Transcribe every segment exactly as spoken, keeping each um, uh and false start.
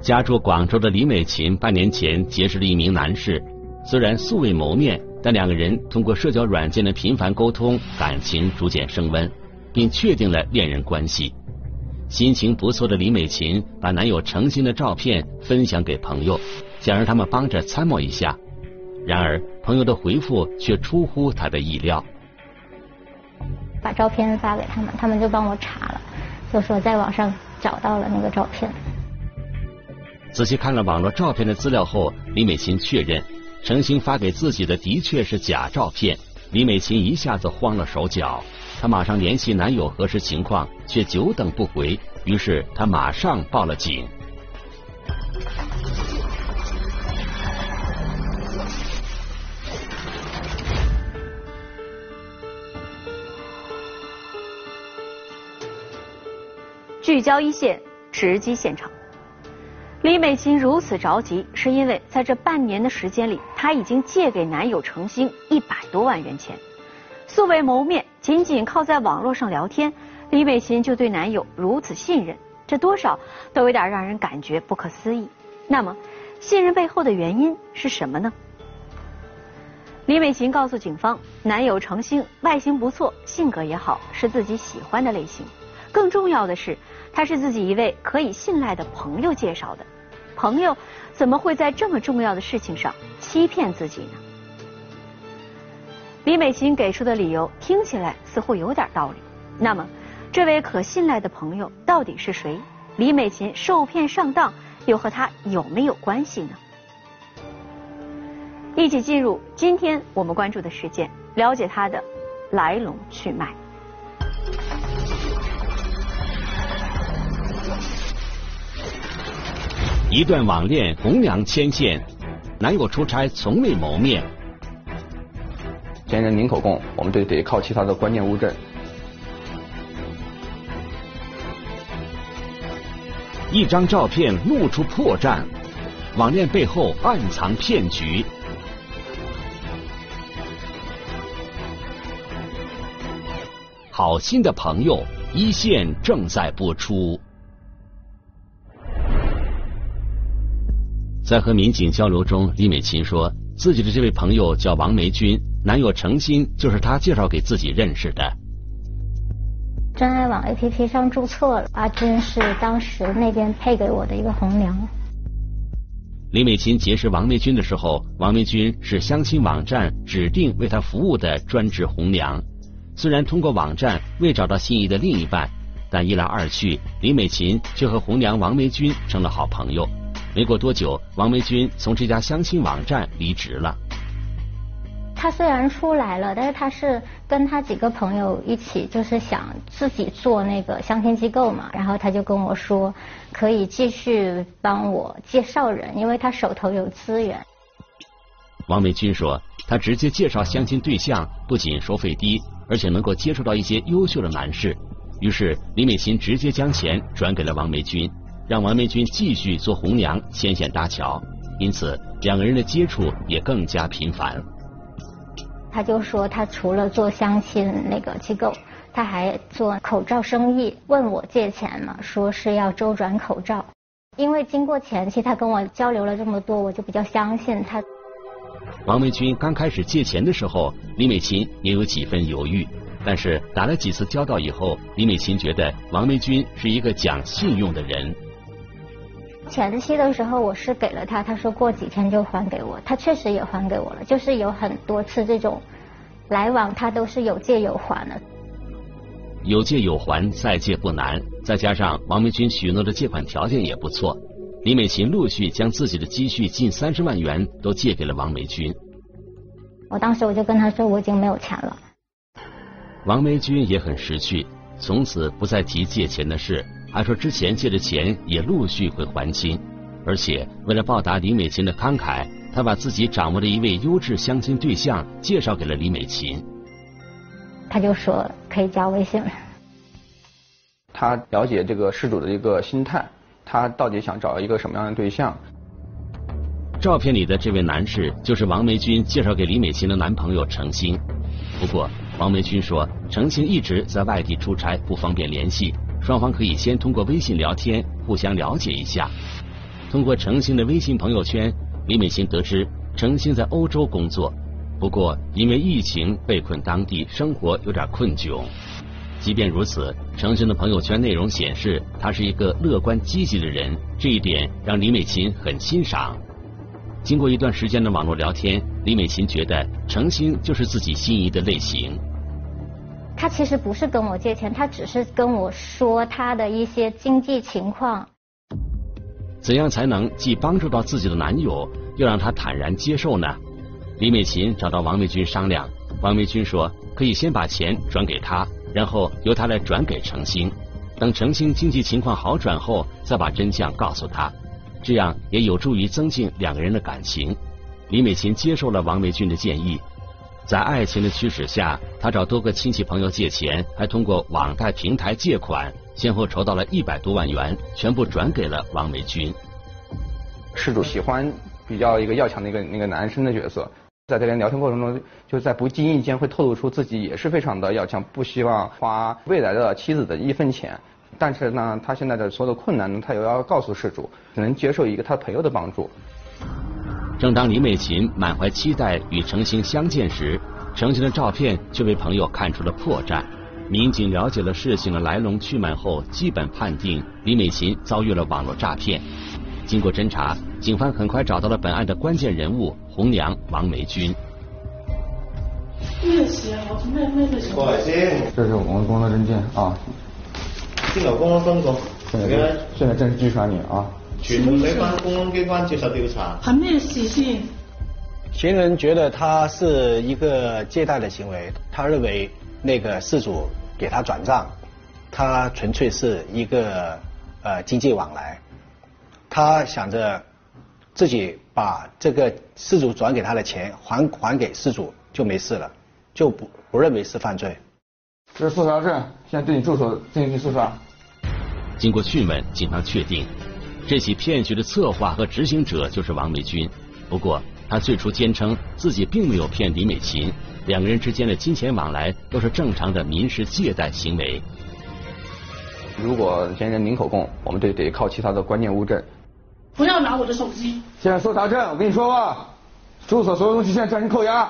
家住广州的李美琴半年前结识了一名男士，虽然素未谋面，但两个人通过社交软件的频繁沟通，感情逐渐升温，并确定了恋人关系。心情不错的李美琴把男友诚心的照片分享给朋友，想让他们帮着参谋一下。然而朋友的回复却出乎她的意料。 把照片发给他们，他们就帮我查了，就说在网上找到了那个照片。 仔细看了网络照片的资料后，李美琴确认程星发给自己的的确是假照片。李美琴一下子慌了手脚，她马上联系男友核实情况，却久等不回，于是她马上报了警。 聚焦一线，直击现场。李美琴如此着急，是因为在这半年的时间里，她已经借给男友程星一百多万元钱。素未谋面，仅仅靠在网络上聊天，李美琴就对男友如此信任，这多少都有点让人感觉不可思议。那么，信任背后的原因是什么呢？李美琴告诉警方，男友程星外形不错，性格也好，是自己喜欢的类型。更重要的是，他是自己一位可以信赖的朋友介绍的。朋友怎么会在这么重要的事情上欺骗自己呢？李美琴给出的理由听起来似乎有点道理。那么，这位可信赖的朋友到底是谁？李美琴受骗上当又和他有没有关系呢？一起进入今天我们关注的事件，了解他的来龙去脉。 一段网恋红娘牵线，男友出差从未谋面。 嫌疑人零口供，我们就得靠其他的关键物证。 一张照片露出破绽，网恋背后暗藏骗局。好心的朋友，一线正在播出。在和民警交流中，李美琴说自己的这位朋友叫王梅军，男友程星就是她介绍给自己认识的。 真爱网 A P P 上注册了，阿军是当时那边配给我的一个红娘。 李美琴结识王梅军的时候，王梅军是相亲网站指定为她服务的专职红娘。虽然通过网站未找到心仪的另一半，但一来二去，李美琴却和红娘王梅军成了好朋友。没过多久，王梅军从这家相亲网站离职了。 他虽然出来了，但是他是跟他几个朋友一起，就是想自己做那个相亲机构嘛。然后他就跟我说，可以继续帮我介绍人，因为他手头有资源。 王梅军说，他直接介绍相亲对象，不仅收费低，而且能够接触到一些优秀的男士。于是李美琴直接将钱转给了王梅军，让王梅军继续做红娘牵线搭桥，因此两个人的接触也更加频繁。 他就说他除了做相亲那个机构，他还做口罩生意，问我借钱嘛，说是要周转口罩。因为经过前期他跟我交流了这么多，我就比较相信他。 王梅军刚开始借钱的时候，李美琴也有几分犹豫，但是打了几次交道以后，李美琴觉得王梅军是一个讲信用的人。 前期的时候我是给了他，他说过几天就还给我，他确实也还给我了，就是有很多次这种来往他都是有借有还的。 有借有还，再借不难，再加上王梅军许诺的借款条件也不错，李美琴陆续将自己的积蓄近三十万元都借给了王梅军。 我当时我就跟他说我已经没有钱了。 王梅军也很识趣，从此不再提借钱的事，还说之前借的钱也陆续会还清，而且为了报答李美琴的慷慨，他把自己掌握的一位优质相亲对象介绍给了李美琴。 他就说可以加微信了。 他了解这个事主的一个心态，他到底想找一个什么样的对象。 照片里的这位男士就是王梅军介绍给李美琴的男朋友程星。不过王梅军说程星一直在外地出差，不方便联系，双方可以先通过微信聊天互相了解一下。 通过程鑫的微信朋友圈，李美琴得知程鑫在欧洲工作，不过因为疫情被困当地，生活有点困窘。即便如此，程鑫的朋友圈内容显示他是一个乐观积极的人，这一点让李美琴很欣赏。经过一段时间的网络聊天，李美琴觉得程鑫就是自己心仪的类型。 他其实不是跟我借钱，他只是跟我说他的一些经济情况。 怎样才能既帮助到自己的男友，又让他坦然接受呢？李美琴找到王维军商量，王维军说可以先把钱转给他，然后由他来转给程鑫，等程鑫经济情况好转后，再把真相告诉他，这样也有助于增进两个人的感情。李美琴接受了王维军的建议，在爱情的驱使下，他找多个亲戚朋友借钱，还通过网贷平台借款，先后筹到了一百多万元，全部转给了王维军。 事主喜欢比较一个要强的一个那个男生的角色，在这个聊天过程中，就在不经意间会透露出自己也是非常的要强，不希望花未来的妻子的一分钱。但是呢，他现在的所有的困难呢，他又要告诉事主，只能接受一个他朋友的帮助。 正当李美琴满怀期待与程鑫相见时，程鑫的照片却被朋友看出了破绽。民警了解了事情的来龙去脉后，基本判定李美琴遭遇了网络诈骗。经过侦查，警方很快找到了本案的关键人物红娘王梅军。 咩事啊？我咩咩咩事？ 过来先。 这是我们工作证件啊。 先由公安分局， 现在现在正式拘传你啊。 全部俾翻公安机关接受调查。 系咩事先？ 嫌疑人觉得他是一个借贷的行为，他认为那个事主给他转账，他纯粹是一个呃经济往来，他想着自己把这个事主转给他的钱还还给事主就没事了，就不不认为是犯罪。 这是搜查证，现在对你住所进行搜查。 经过讯问，警方确定这起骗局的策划和执行者就是王梅军。不过他最初坚称自己并没有骗李美琴，两个人之间的金钱往来都是正常的民事借贷行为。 如果嫌疑人零口供，我们就得靠其他的关键物证。 不要拿我的手机。 现在搜查证，我跟你说吧，住所所有东西现在暂行扣押。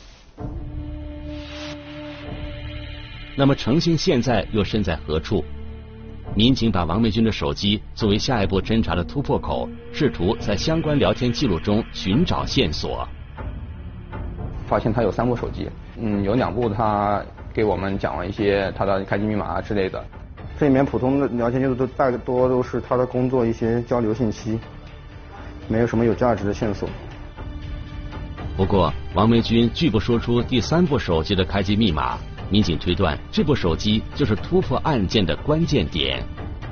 那么程鑫现在又身在何处？民警把王梅军的手机作为下一步侦查的突破口，试图在相关聊天记录中寻找线索。 发现他有三部手机，嗯，有两部他给我们讲了一些他的开机密码之类的。 这里面普通的聊天记录都大多都是他的工作一些交流信息，没有什么有价值的线索。 不过王梅军拒不说出第三部手机的开机密码，民警推断这部手机就是突破案件的关键点。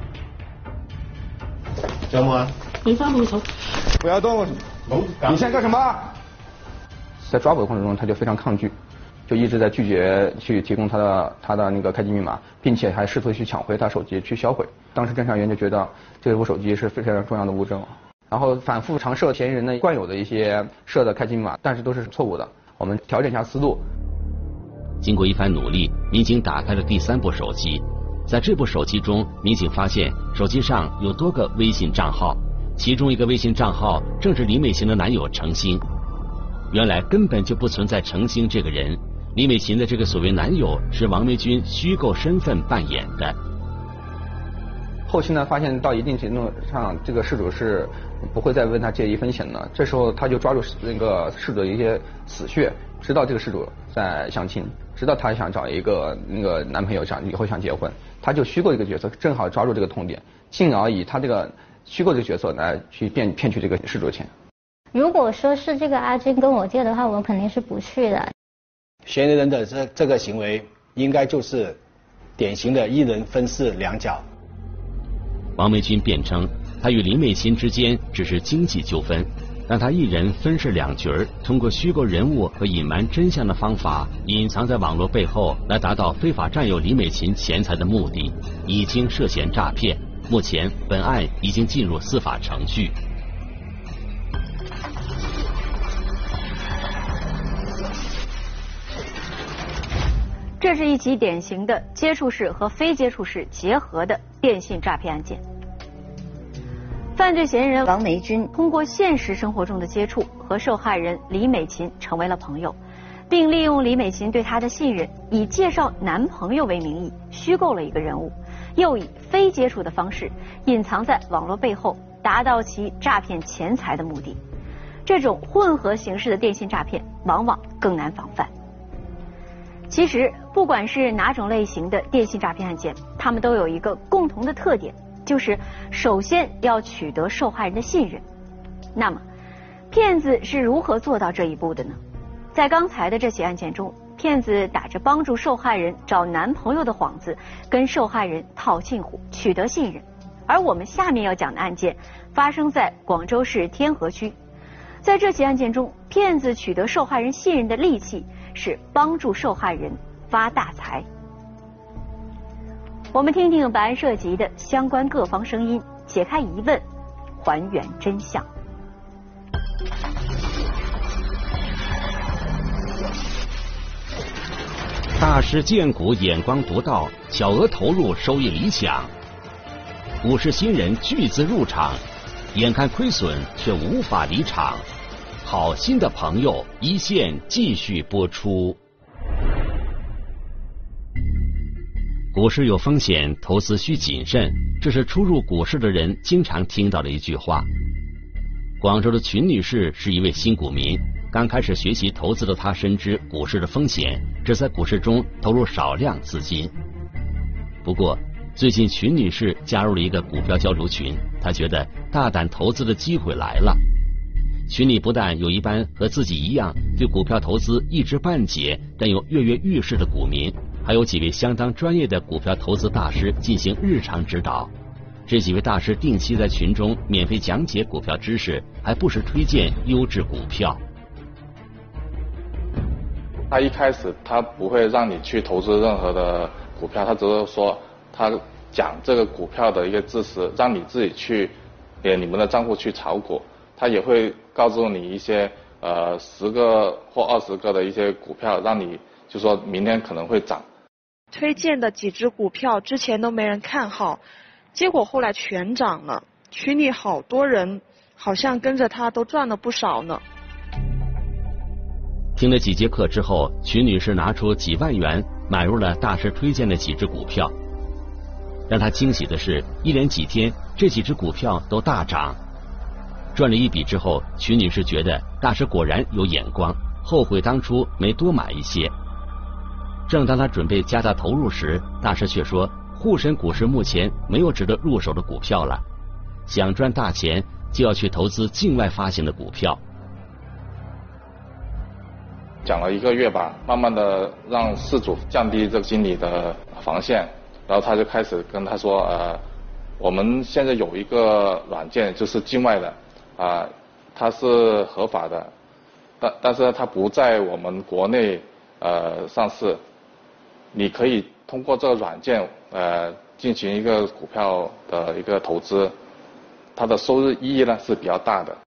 有冇啊？ 俾翻我手。 不要动！ 你现在干什么？在抓捕的过程中，他就非常抗拒，就一直在拒绝去提供他的他的那个开机密码，并且还试图去抢回他手机去销毁。当时侦查员就觉得这部手机是非常重要的物证，然后反复尝试嫌疑人的惯有的一些设的开机密码，但是都是错误的。我们调整一下思路。 经过一番努力，民警打开了第三部手机。在这部手机中，民警发现手机上有多个微信账号，其中一个微信账号正是李美琴的男友程鑫。原来根本就不存在程鑫这个人，李美琴的这个所谓男友是王梅军虚构身份扮演的。 后期呢，发现到一定程度上，这个事主是不会再问他借一分钱的。这时候他就抓住那个事主的一些死穴，知道这个事主在相亲，知道他想找一个那个男朋友，想以后想结婚，他就虚构一个角色，正好抓住这个痛点，进而以他这个虚构这个角色来去骗骗取这个事主的钱。 如果说是这个阿军跟我借的话，我肯定是不去的。 嫌疑人的这这个行为应该就是典型的一人分饰两角。 王梅军辩称，他与李美琴之间只是经济纠纷，让他一人分饰两角，通过虚构人物和隐瞒真相的方法，隐藏在网络背后，来达到非法占有李美琴钱财的目的，已经涉嫌诈骗。目前，本案已经进入司法程序。 这是一起典型的接触式和非接触式结合的电信诈骗案件。 犯罪嫌疑人王梅军通过现实生活中的接触和受害人李美琴成为了朋友，并利用李美琴对他的信任，以介绍男朋友为名义虚构了一个人物，又以非接触的方式隐藏在网络背后，达到其诈骗钱财的目的。这种混合形式的电信诈骗往往更难防范。其实，不管是哪种类型的电信诈骗案件，他们都有一个共同的特点，就是首先要取得受害人的信任。那么，骗子是如何做到这一步的呢？在刚才的这起案件中，骗子打着帮助受害人找男朋友的幌子，跟受害人套近乎，取得信任。而我们下面要讲的案件发生在广州市天河区。在这起案件中，骗子取得受害人信任的利器是帮助受害人发大财。我们听听本案涉及的相关各方声音，解开疑问，还原真相。 大师荐股眼光独到，小额投入收益理想。股市新人巨资入场，眼看亏损却无法离场。好心的朋友，一线继续播出。股市有风险，投资需谨慎，这是初入股市的人经常听到的一句话。广州的群女士是一位新股民，刚开始学习投资的她深知股市的风险，只在股市中投入少量资金。不过最近群女士加入了一个股票交流群，她觉得大胆投资的机会来了。群里不但有一班和自己一样对股票投资一知半解但又跃跃欲试的股民，还有几位相当专业的股票投资大师进行日常指导。这几位大师定期在群中免费讲解股票知识，还不时推荐优质股票。 他一开始他不会让你去投资任何的股票，他只是说他讲这个股票的一个知识，让你自己去连你们的账户去炒股。他也会告诉你一些呃十个或二十个的一些股票，让你就说明天可能会涨。 推荐的几只股票之前都没人看好，结果后来全涨了，群里好多人好像跟着他都赚了不少呢。 听了几节课之后，曲女士拿出几万元买入了大师推荐的几只股票。让她惊喜的是，一连几天这几只股票都大涨。赚了一笔之后，曲女士觉得大师果然有眼光，后悔当初没多买一些。正当她准备加大投入时，大师却说沪深股市目前没有值得入手的股票了，想赚大钱就要去投资境外发行的股票。 讲了一个月吧，慢慢的让事主降低这个心理的防线，然后他就开始跟他说，呃，我们现在有一个软件，就是境外的，啊、呃，它是合法的，但但是它不在我们国内呃上市，你可以通过这个软件呃进行一个股票的一个投资，它的收入意义呢是比较大的。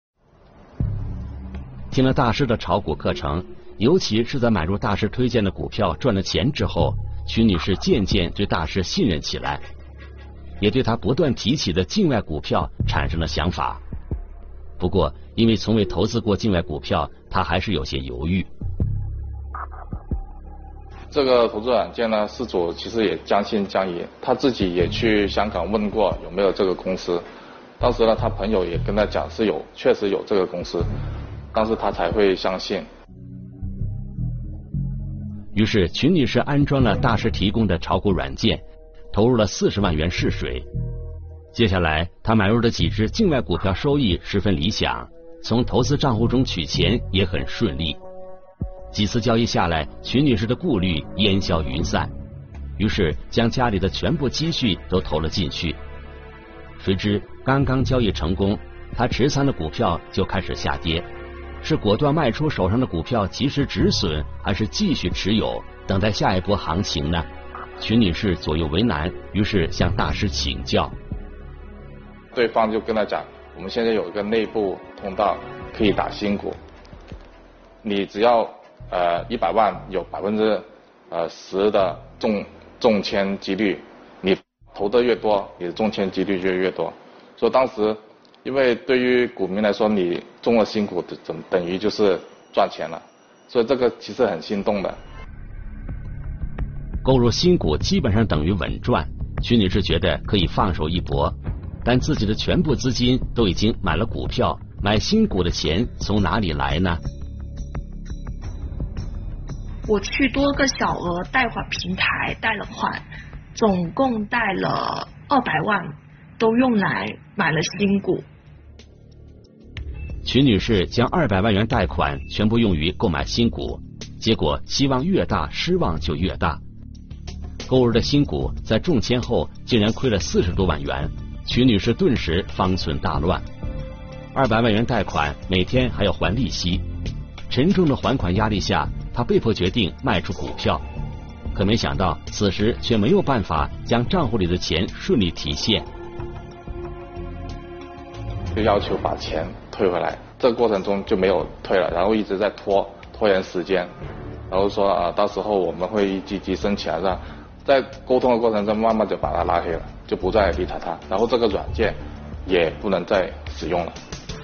听了大师的炒股课程，尤其是在买入大师推荐的股票赚了钱之后，曲女士渐渐对大师信任起来，也对他不断提起的境外股票产生了想法。不过因为从未投资过境外股票，他还是有些犹豫。 这个投资软件呢，事主其实也将信将疑，他自己也去香港问过有没有这个公司，当时呢他朋友也跟他讲是有，确实有这个公司，当时他才会相信。 于是曲女士安装了大师提供的炒股软件，投入了四十万元试水。接下来她买入的几只境外股票收益十分理想，从投资账户中取钱也很顺利。几次交易下来，曲女士的顾虑烟消云散，于是将家里的全部积蓄都投了进去。谁知刚刚交易成功，她持仓的股票就开始下跌。是果断卖出手上的股票及时止损，还是继续持有等待下一波行情呢？曲女士左右为难，于是向大师请教。 对方就跟他讲，我们现在有一个内部通道可以打新股，你只要呃一百万有百分之呃十的中中签几率，你投的越多，你的中签几率就越多。所以当时因为对于股民来说，你中了新股等等于就是赚钱了，所以这个其实很心动的。 购入新股基本上等于稳赚，曲女士觉得可以放手一搏，但自己的全部资金都已经买了股票，买新股的钱从哪里来呢？ 我去多个小额贷款平台贷了款，总共贷了二百万，都用来买了新股。 曲女士将二百万元贷款全部用于购买新股，结果希望越大，失望就越大。购入的新股在中签后竟然亏了四十多万元，曲女士顿时方寸大乱。二百万元贷款每天还要还利息，沉重的还款压力下，她被迫决定卖出股票。可没想到此时却没有办法将账户里的钱顺利提现， 就要求把钱退回来，这个过程中就没有退了，然后一直在拖拖延时间，然后说啊，到时候我们会积极申请啊，在沟通的过程中慢慢就把他拉黑了，就不再理睬他，然后这个软件也不能再使用了。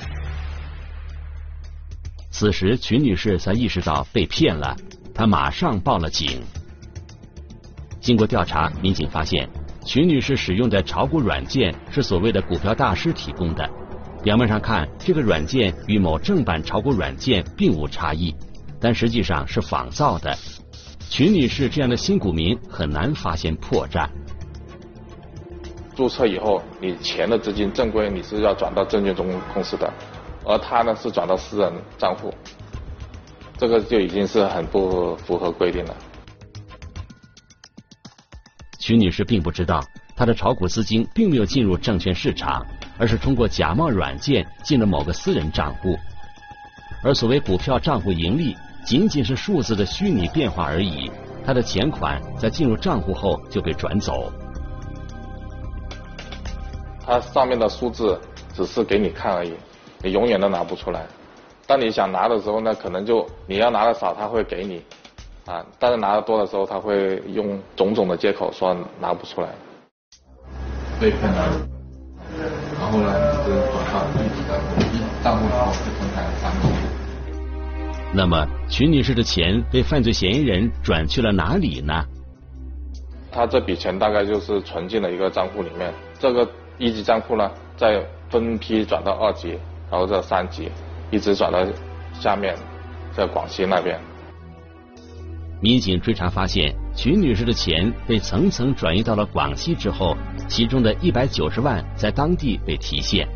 此时曲女士才意识到被骗了，她马上报了警。经过调查，民警发现曲女士使用的炒股软件是所谓的股票大师提供的，表面上看这个软件与某正版炒股软件并无差异，但实际上是仿造的。曲女士这样的新股民很难发现破绽。 注册以后，你钱的资金正规你是要转到证券中公司的，而他呢是转到私人账户，这个就已经是很不符合规定了。 曲女士并不知道，她的炒股资金并没有进入证券市场，而是通过假冒软件进了某个私人账户。而所谓股票账户盈利，仅仅是数字的虚拟变化而已，她的钱款在进入账户后就被转走。 它上面的数字只是给你看而已，你永远都拿不出来。当你想拿的时候呢，可能就你要拿的少，他会给你。啊，但是拿得多的时候，他会用种种的借口说拿不出来。 被骗了，然后呢，就是转到自己的账户后就分开了三个。 那么，曲女士的钱被犯罪嫌疑人转去了哪里呢？ 他这笔钱大概就是存进了一个账户里面，这个一级账户呢，再分批转到二级，然后这三级，一直转到下面，在广西那边。 民警追查发现，曲女士的钱被层层转移到了广西之后，其中的一百九十万在当地被提现。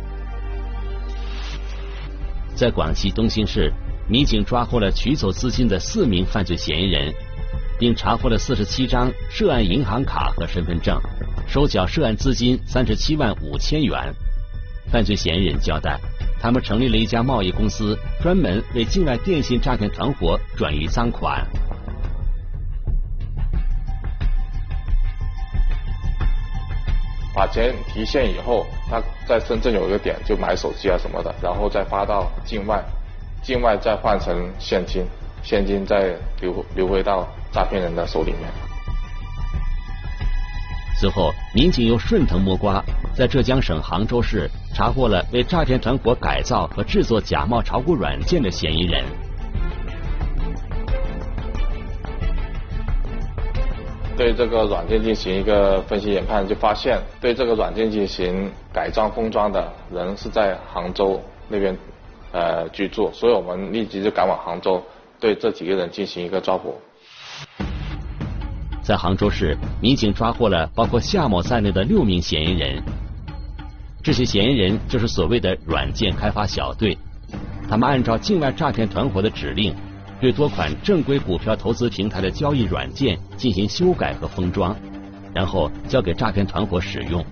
在广西东兴市，民警抓获了取走资金的四名犯罪嫌疑人，并查获了四十七张涉案银行卡和身份证，收缴涉案资金三十七万五千元。犯罪嫌疑人交代，他们成立了一家贸易公司，专门为境外电信诈骗团伙转移赃款。 把钱提现以后，他在深圳有一个点就买手机啊什么的，然后再发到境外，境外再换成现金，现金再流流回到诈骗人的手里面。 随后，民警又顺藤摸瓜，在浙江省杭州市查获了为诈骗团伙改造和制作假冒炒股软件的嫌疑人。 对这个软件进行一个分析研判，就发现对这个软件进行改装封装的人是在杭州那边呃居住，所以我们立即就赶往杭州，对这几个人进行一个抓捕。 在杭州市，民警抓获了包括夏某在内的六名嫌疑人。这些嫌疑人就是所谓的软件开发小队，他们按照境外诈骗团伙的指令，对多款正规股票投资平台的交易软件进行修改和封装，然后交给诈骗团伙使用。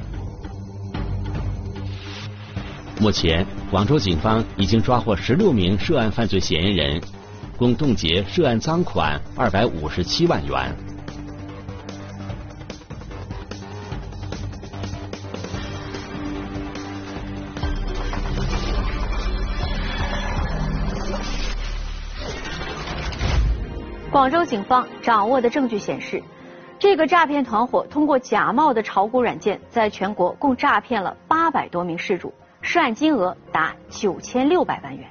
目前，广州警方已经抓获十六名涉案犯罪嫌疑人，共冻结涉案赃款二百五十七万元。 广州警方掌握的证据显示，这个诈骗团伙通过假冒的炒股软件，在全国共诈骗了八八百多名失主，涉案金额达九千六百万元。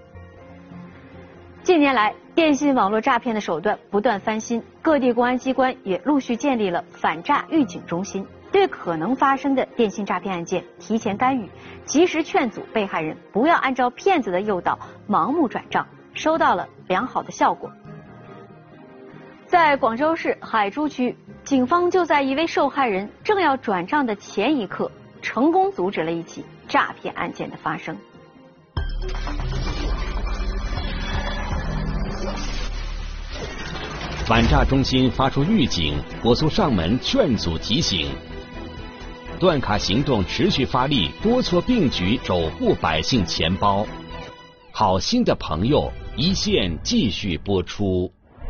近年来，电信网络诈骗的手段不断翻新，各地公安机关也陆续建立了反诈预警中心，对可能发生的电信诈骗案件提前干预，及时劝阻被害人不要按照骗子的诱导盲目转账，收到了良好的效果。在广州市海珠区，警方就在一位受害人正要转账的前一刻，成功阻止了一起诈骗案件的发生。 反诈中心发出预警，火速上门劝阻提醒。断卡行动持续发力，多措并举守护百姓钱包。好心的朋友，一线继续播出。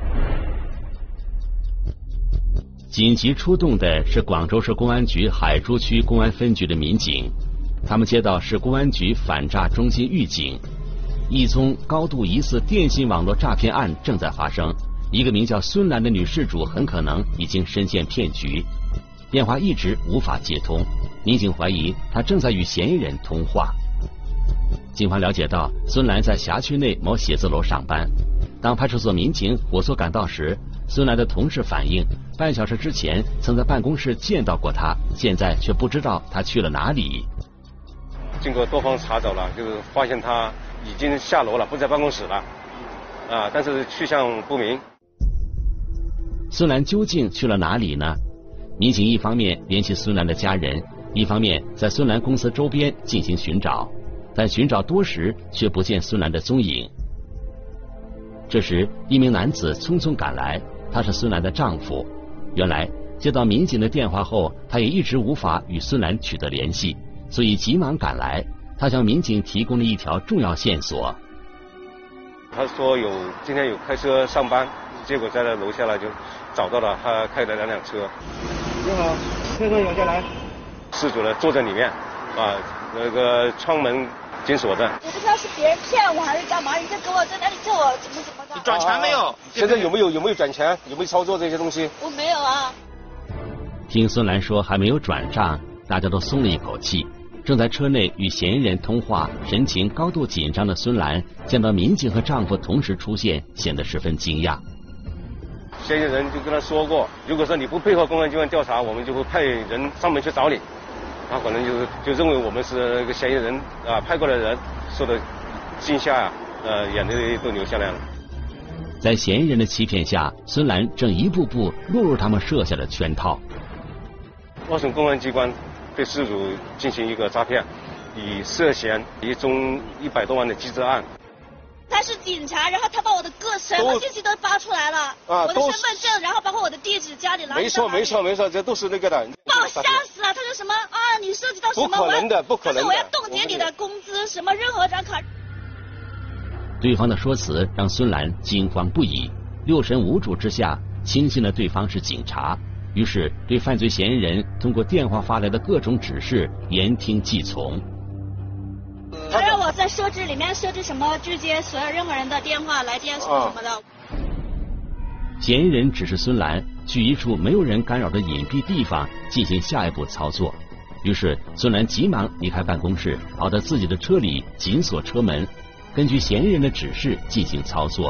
紧急出动的是广州市公安局海珠区公安分局的民警，他们接到市公安局反诈中心预警，一宗高度疑似电信网络诈骗案正在发生。一个名叫孙兰的女事主很可能已经深陷骗局，电话一直无法接通，民警怀疑她正在与嫌疑人通话。警方了解到，孙兰在辖区内某写字楼上班。当派出所民警火速赶到时，孙兰的同事反映，半小时之前曾在办公室见到过她，现在却不知道她去了哪里。 经过多方查找了，就是发现她已经下楼了，不在办公室了，啊，但是去向不明。 孙兰究竟去了哪里呢？民警一方面联系孙兰的家人，一方面在孙兰公司周边进行寻找，但寻找多时却不见孙兰的踪影。这时，一名男子匆匆赶来，他是孙兰的丈夫。原来接到民警的电话后，他也一直无法与孙兰取得联系，所以急忙赶来。他向民警提供了一条重要线索。 他说有今天有开车上班，结果在那楼下了就找到了他开的两辆车。 你好，车上有下来。 事主呢坐在里面，啊，那个窗门紧锁着。 我不知道是别人骗我还是干嘛，你就给我在那里叫我怎么怎么的。 你转钱没有？现在有没有有没有转钱？有没有操作这些东西？ 我没有啊。 听孙兰说还没有转账，大家都松了一口气。正在车内与嫌疑人通话，神情高度紧张的孙兰见到民警和丈夫同时出现，显得十分惊讶。 嫌疑人就跟他说过，如果说你不配合公安机关调查，我们就会派人上门去找你。他可能就是就认为我们是那个嫌疑人啊，派过来的人，受到惊吓啊，呃，眼泪都流下来了。 在嫌疑人的欺骗下，孙兰正一步步落入他们设下的圈套。 沃省公安机关对事主进行一个诈骗，以涉嫌一宗一百多万的机智案。 他是警察，然后他把我的个什么信息都发出来了，啊、我的身份证，然后包括我的地址、家里哪里。 没错，没错，没错，这都是那个的。 把我吓死了！他说什么啊？你涉及到什么？ 不可能的，不可能的。 我要冻结你的工资，什么任何张卡。 对方的说辞让孙兰惊慌不已，六神无主之下，轻信了对方是警察。于是对犯罪嫌疑人通过电话发来的各种指示言听计从。 他让我在设置里面设置什么拒接所有任何人的电话来电什么什么的。 嫌疑人指示孙兰去一处没有人干扰的隐蔽地方进行下一步操作。于是孙兰急忙离开办公室，跑到自己的车里紧锁车门，根据嫌疑人的指示进行操作。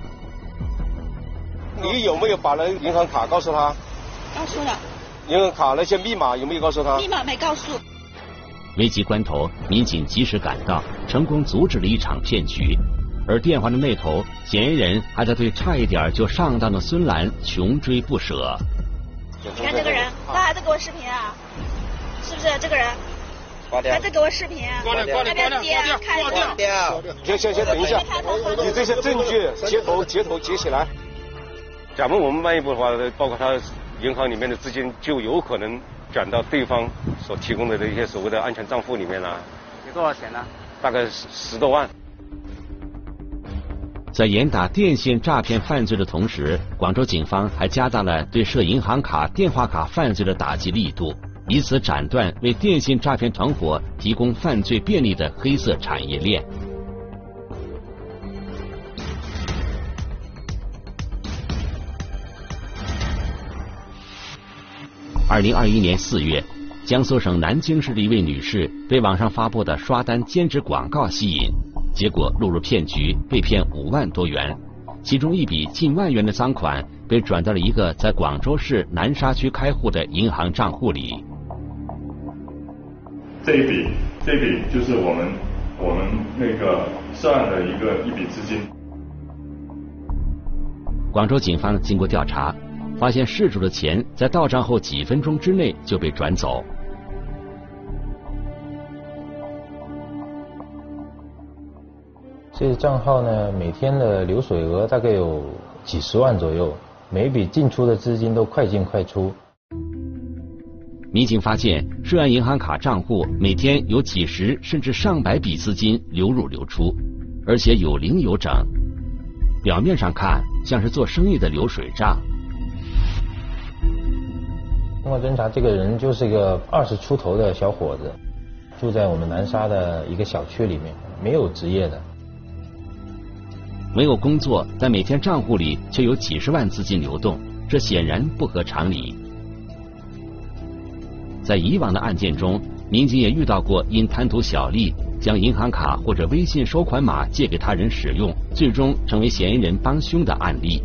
你有没有把那银行卡告诉他？ 告诉了。 银行卡那些密码有没有告诉他？ 密码没告诉。 危急关头，民警及时赶到，成功阻止了一场骗局。而电话的那头，嫌疑人还在对差一点就上当的孙兰穷追不舍。 你看这个人，他还在给我视频啊，是不是这个人？ 挂掉。 还在给我视频啊？ 挂掉，挂掉，挂掉，挂掉，挂掉。先先先等一下，你这些证据截图截图截起来。假如我们慢一步的话，包括他银行里面的资金就有可能转到对方所提供的这些所谓的安全账户里面了。 有多少钱呢？ 大概十十多万。 在严打电信诈骗犯罪的同时，广州警方还加大了对涉银行卡、电话卡犯罪的打击力度，以此斩断为电信诈骗团伙提供犯罪便利的黑色产业链。二零二一年四月， 江苏省南京市的一位女士被网上发布的刷单兼职广告吸引，结果落入骗局，被骗五万多元，其中一笔近万元的赃款被转到了一个在广州市南沙区开户的银行账户里。 这一笔，这一笔就是我们我们那个涉案的一个一笔资金。 广州警方经过调查，发现事主的钱在到账后几分钟之内就被转走。 这个账号呢，每天的流水额大概有几十万左右，每一笔进出的资金都快进快出。 民警发现，涉案银行卡账户每天有几十甚至上百笔资金流入流出，而且有零有整。表面上看像是做生意的流水账。 通过侦查，这个人就是一个二十出头的小伙子，住在我们南沙的一个小区里面，没有职业的。 没有工作，但每天账户里却有几十万资金流动，这显然不合常理。在以往的案件中，民警也遇到过因贪图小利，将银行卡或者微信收款码借给他人使用，最终成为嫌疑人帮凶的案例。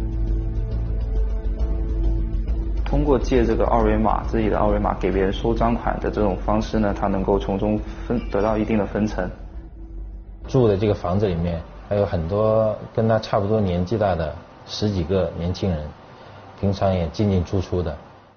通过借这个二维码，自己的二维码给别人收赃款的这种方式呢，他能够从中分得到一定的分成。 住的这个房子里面还有很多跟他差不多年纪大的十几个年轻人，平常也进进出出的。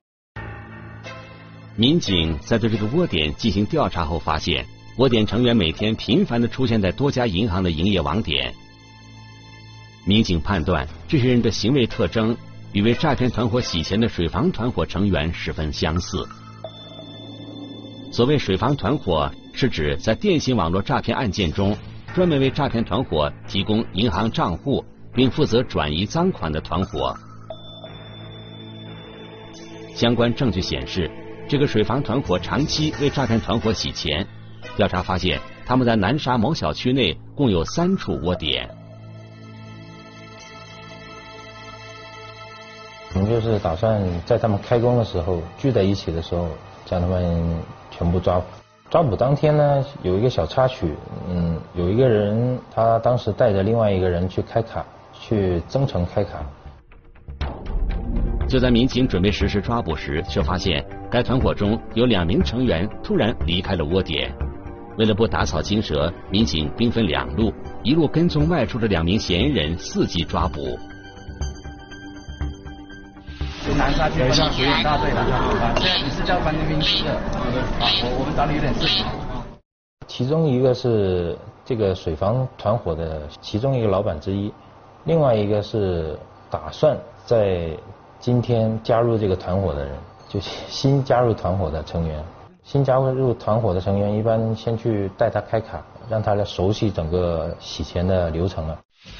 民警在对这个窝点进行调查后发现，窝点成员每天频繁地出现在多家银行的营业网点。民警判断，这些人的行为特征与为诈骗团伙洗钱的水房团伙成员十分相似。所谓水房团伙，是指在电信网络诈骗案件中，专门为诈骗团伙提供银行账户，并负责转移赃款的团伙。相关证据显示，这个水房团伙长期为诈骗团伙洗钱。调查发现，他们在南沙某小区内共有三处窝点。 我们就是打算在他们开工的时候聚在一起的时候，将他们全部抓捕。抓捕当天呢，有一个小插曲，嗯，有一个人他当时带着另外一个人去开卡，去增城开卡。 就在民警准备实施抓捕时，却发现该团伙中有两名成员突然离开了窝点。为了不打草惊蛇，民警兵分两路，一路跟踪外出的两名嫌疑人，伺机抓捕。 是南沙区分局水远大队的啊，现在你是叫关建斌是的，好的啊，我我们找你有点事情。 其中一个是这个水房团伙的其中一个老板之一，另外一个是打算在今天加入这个团伙的人，就新加入团伙的成员。新加入团伙的成员一般先去带他开卡，让他来熟悉整个洗钱的流程了。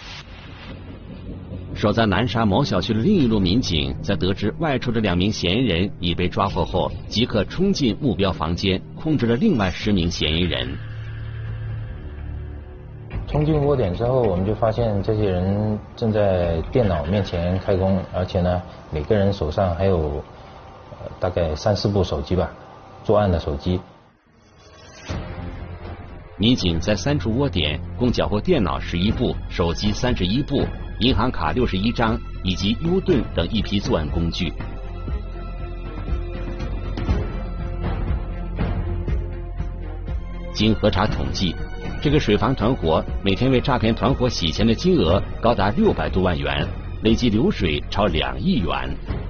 守在南沙某小区的另一路民警，在得知外出的两名嫌疑人已被抓获后，即刻冲进目标房间，控制了另外十名嫌疑人。 冲进窝点之后，我们就发现这些人正在电脑面前开工，而且呢，每个人手上还有、呃、大概三四部手机吧，作案的手机。 民警在三处窝点共缴获电脑十一部、手机三十一部、银行卡六十一张以及 U 盾等一批作案工具。经核查统计，这个水房团伙每天为诈骗团伙洗钱的金额高达六百多万元，累计流水超两亿元。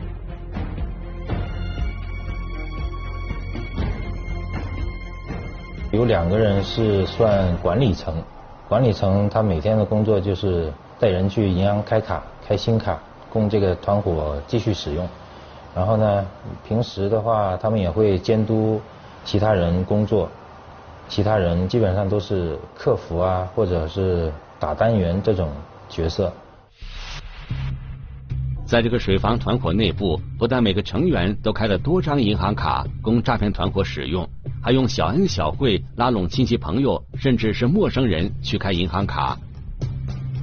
有两个人是算管理层，管理层他每天的工作就是带人去银行开卡、开新卡，供这个团伙继续使用。然后呢，平时的话，他们也会监督其他人工作，其他人基本上都是客服啊，或者是打单员这种角色。 在这个水房团伙内部，不但每个成员都开了多张银行卡供诈骗团伙使用，还用小恩小惠拉拢亲戚朋友，甚至是陌生人去开银行卡。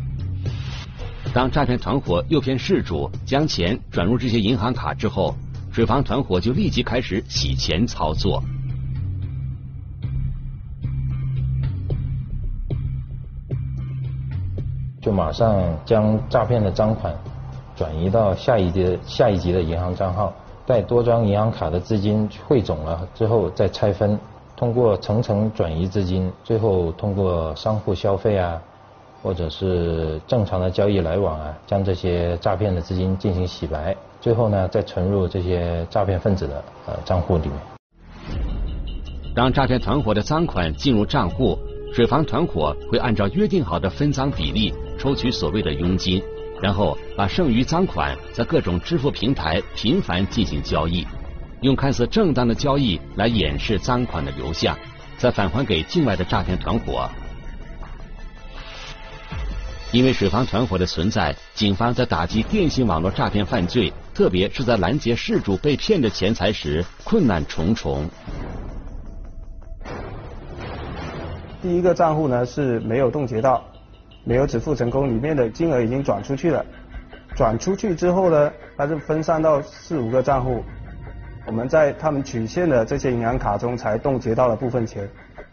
当诈骗团伙诱骗事主将钱转入这些银行卡之后， 水房团伙就立即开始洗钱操作。 就马上将诈骗的赃款转移到下一级下一级的银行账号，待多张银行卡的资金汇总了之后再拆分，通过层层转移资金，最后通过商户消费啊，或者是正常的交易来往啊，将这些诈骗的资金进行洗白，最后呢再存入这些诈骗分子的呃账户里面。 当诈骗团伙的赃款进入账户，水房团伙会按照约定好的分赃比例抽取所谓的佣金，然后把剩余赃款在各种支付平台频繁进行交易，用看似正当的交易来掩饰赃款的流向，再返还给境外的诈骗团伙。因为水房团伙的存在，警方在打击电信网络诈骗犯罪，特别是在拦截事主被骗的钱财时，困难重重。 第一个账户呢是没有冻结到，没有止付成功，里面的金额已经转出去了。转出去之后呢，它是分散到四五个账户，我们在他们取现的这些银行卡中才冻结到了部分钱。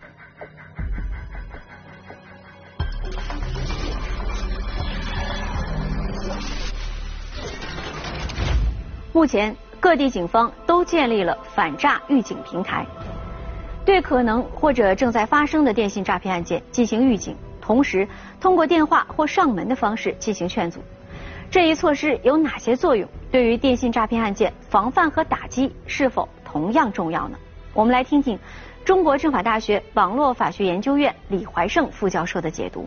目前，各地警方都建立了反诈预警平台，对可能或者正在发生的电信诈骗案件进行预警，同时通过电话或上门的方式进行劝阻。这一措施有哪些作用？对于电信诈骗案件防范和打击是否同样重要呢？我们来听听中国政法大学网络法学研究院李怀胜副教授的解读。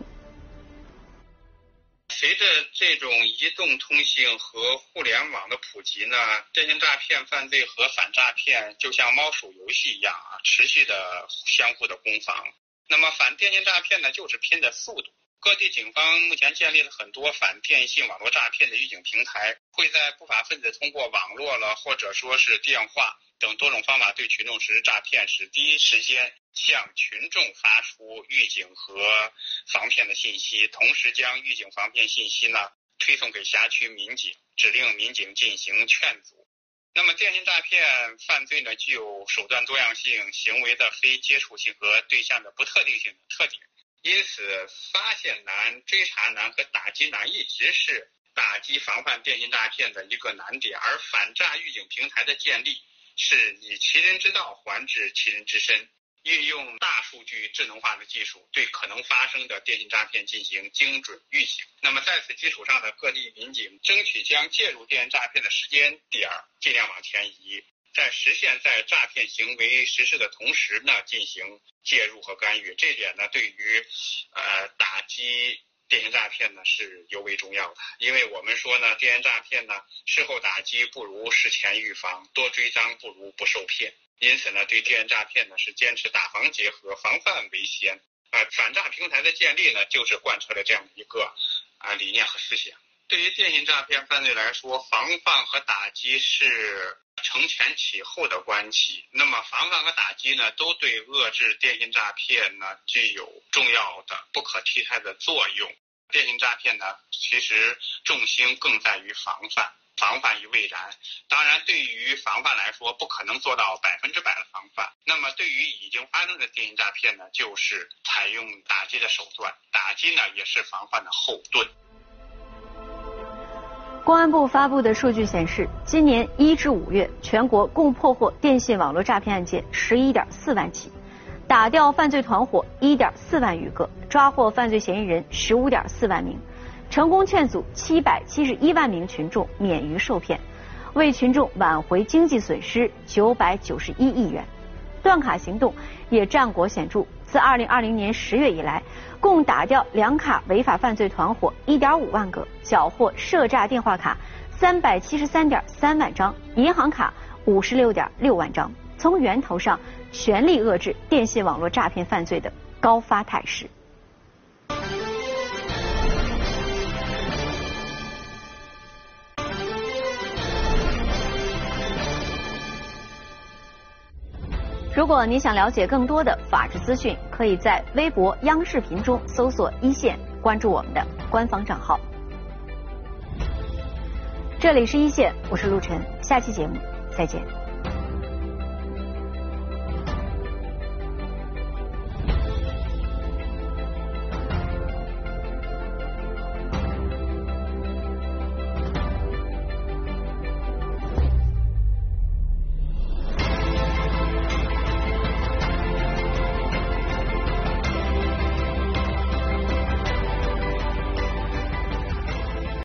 随着这种移动通信和互联网的普及呢，电信诈骗犯罪和反诈骗就像猫鼠游戏一样啊，持续的相互的攻防。那么反电信诈骗呢，就是拼的速度。各地警方目前建立了很多反电信网络诈骗的预警平台，会在不法分子通过网络了或者说是电话等多种方法对群众实施诈骗时，第一时间向群众发出预警和防骗的信息，同时将预警防骗信息呢推送给辖区民警，指令民警进行劝阻。那么电信诈骗犯罪呢，具有手段多样性、行为的非接触性和对象的不特定性的特点，因此发现难、追查难和打击难一直是打击防范电信诈骗的一个难点。而反诈预警平台的建立是以其人之道还治其人之身，运用大数据智能化的技术，对可能发生的电信诈骗进行精准预警。那么在此基础上呢，各地民警争取将介入电信诈骗的时间点尽量往前移，在实现在诈骗行为实施的同时呢，进行介入和干预。这点呢，对于呃打击电信诈骗呢是尤为重要的。因为我们说呢，电信诈骗呢，事后打击不如事前预防，多追赃不如不受骗。因此呢，对电信诈骗呢是坚持打防结合，防范为先。呃，反诈平台的建立呢，就是贯彻了这样的一个啊、呃、理念和思想。对于电信诈骗犯罪来说，防范和打击是承前启后的关系。那么防范和打击呢，都对遏制电信诈骗呢具有重要的不可替代的作用。电信诈骗呢，其实重心更在于防范，防范于未然。当然，对于防范来说，不可能做到百分之百的防范。那么对于已经发生的电信诈骗呢，就是采用打击的手段，打击呢也是防范的后盾。 公安部发布的数据显示，今年一至五月，全国共破获电信网络诈骗案件十一点四万起，打掉犯罪团伙一点四万余个，抓获犯罪嫌疑人十五点四万名，成功劝阻七百七十一万名群众免于受骗，为群众挽回经济损失九百九十一亿元。断卡行动也战果显著，自二零二零年十月以来，共打掉两卡违法犯罪团伙一点五万个，缴获涉诈电话卡三百七十三点三万张，银行卡五十六点六万张，从源头上全力遏制电信网络诈骗犯罪的高发态势。如果你想了解更多的法治资讯，可以在微博、央视频中搜索一线，关注我们的官方账号。这里是一线，我是陆晨，下期节目再见。